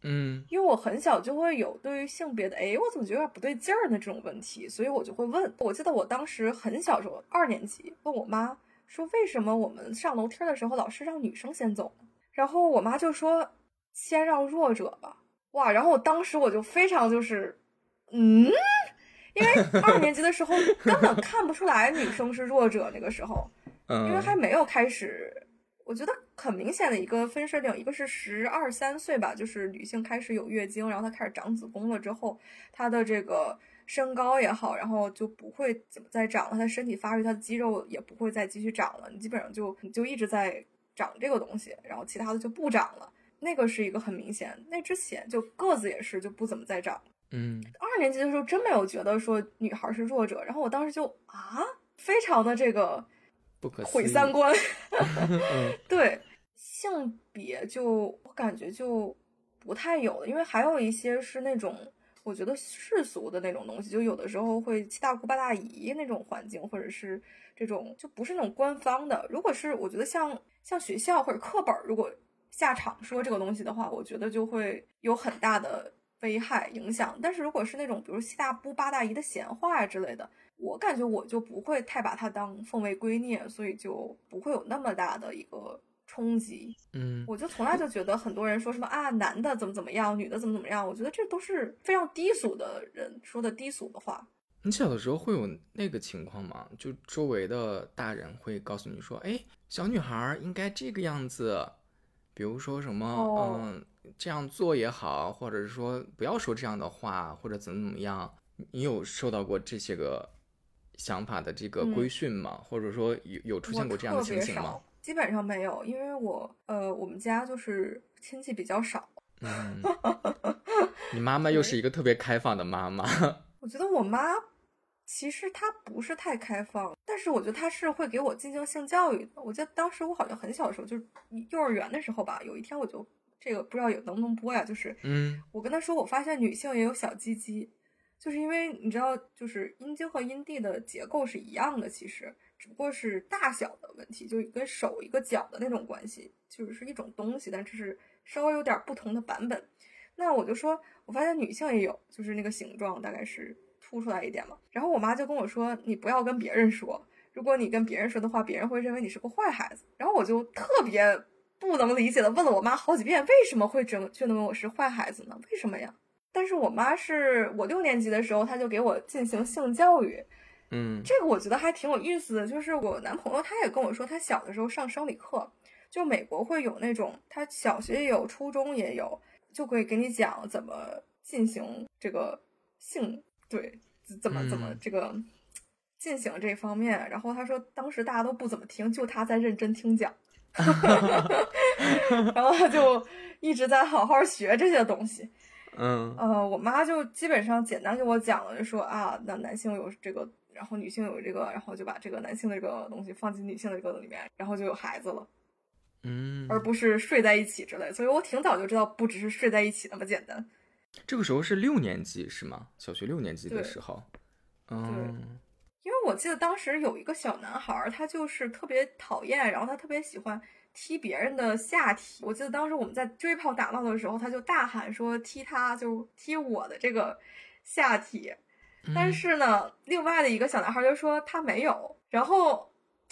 嗯， 因为我很小就会有对于性别的，哎，我怎么觉得有点不对劲儿的这种问题，所以我就会问。我记得我当时很小时候，二年级，问我妈说，为什么我们上楼梯的时候老是让女生先走呢？然后我妈就说，先让弱者吧。哇，然后我当时我就非常就是，嗯，因为二年级的时候根本看不出来女生是弱者，那个时候，因为还没有开始。我觉得很明显的一个分水岭，一个是十二三岁吧，就是女性开始有月经，然后她开始长子宫了之后，她的这个身高也好，然后就不会怎么再长了，她身体发育，她的肌肉也不会再继续长了，你基本上就你就一直在长这个东西，然后其他的就不长了，那个是一个很明显。那之前就个子也是就不怎么再长。 嗯， 二年级的时候真没有觉得说女孩是弱者，然后我当时就啊，非常的这个。 不可毁三观。对，性别就我感觉就不太有了，因为还有一些是那种我觉得世俗的那种东西，就有的时候会七大姑八大姨那种环境，或者是这种就不是那种官方的。如果是我觉得像像学校或者课本如果下场说这个东西的话，我觉得就会有很大的危害影响。但是如果是那种比如七大姑八大姨的闲话呀之类的，我感觉我就不会太把它当奉为圭臬，所以就不会有那么大的一个冲击。 嗯， 我就从来就觉得很多人说什么啊，男的怎么怎么样，女的怎么怎么样，我觉得这都是非常低俗的人说的低俗的话。 你小的时候会有那个情况吗？就周围的大人会告诉你说，哎，小女孩应该这个样子，比如说什么， 哦、 嗯，这样做也好，或者是说不要说这样的话，或者怎么怎么样。你有受到过这些个想法的这个规训吗？嗯、或者说有有出现过这样的情形吗？ 基本上没有，因为我呃，我们家就是亲戚比较少。 嗯，你妈妈又是一个特别开放的妈妈。 我觉得我妈其实她不是太开放，但是我觉得她是会给我进行性教育的。我记得当时我好像很小的时候，就是幼儿园的时候吧，有一天我就这个不知道有能不能播呀，就是嗯， 我跟她说，我发现女性也有小鸡鸡。就是因为你知道，就是阴茎和阴蒂的结构是一样的，其实只不过是大小的问题，就跟手一个脚的那种关系，就是一种东西，但这是稍微有点不同的版本。那我就说，我发现女性也有，就是那个形状大概是凸出来一点嘛。然后我妈就跟我说，你不要跟别人说，如果你跟别人说的话，别人会认为你是个坏孩子。然后我就特别不能理解的问了我妈好几遍，为什么会认认为我是坏孩子呢？为什么呀？但是我妈是我六年级的时候，她就给我进行性教育， 嗯， 这个我觉得还挺有意思的。就是我男朋友他也跟我说，他小的时候上生理课，就美国会有那种，他小学也有，初中也有，就可以给你讲怎么进行这个性，对，怎么怎么这个进行这方面。然后他说当时大家都不怎么听，就他在认真听讲，然后他就一直在好好学这些东西。 嗯， 呃，我妈就基本上简单给我讲了，就说啊，那男性有这个，然后女性有这个，然后就把这个男性的这个东西放进女性的这个里面，然后就有孩子了， 嗯， 而不是睡在一起之类。所以我挺早就知道，不只是睡在一起那么简单。 这个时候是六年级是吗？小学六年级的时候，嗯， 对，因为我记得当时有一个小男孩，他就是特别讨厌，然后他特别喜欢踢别人的下体。我记得当时我们在追跑打闹的时候，他就大喊说踢他，就踢我的这个下体。但是呢，嗯、另外的一个小男孩就说他没有，然后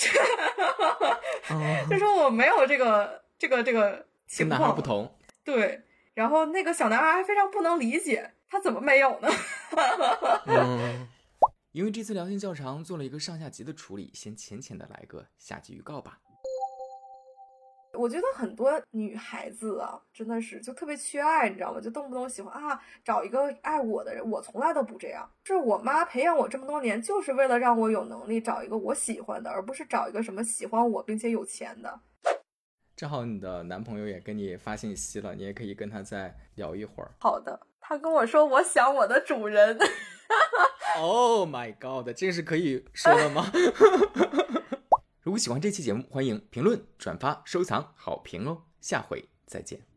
就说我没有这个这个这个情况， 跟男孩不同。 对，然后那个小男孩还非常不能理解，他怎么没有呢？ 嗯，因为这次聊天较长，做了一个上下集的处理，先浅浅的来个下集预告吧。 我觉得很多女孩子啊，真的是就特别缺爱，你知道吗？就动不动喜欢啊找一个爱我的人。我从来都不这样，是我妈培养我这么多年，就是为了让我有能力找一个我喜欢的，而不是找一个什么喜欢我并且有钱的。 正好你的男朋友也跟你发信息了，你也可以跟他再聊一会儿。 好的，他跟我说我想我的主人。 Oh my god， 这是可以说的吗？如果喜欢这期节目，欢迎评论、转发、收藏、好评哦！下回再见。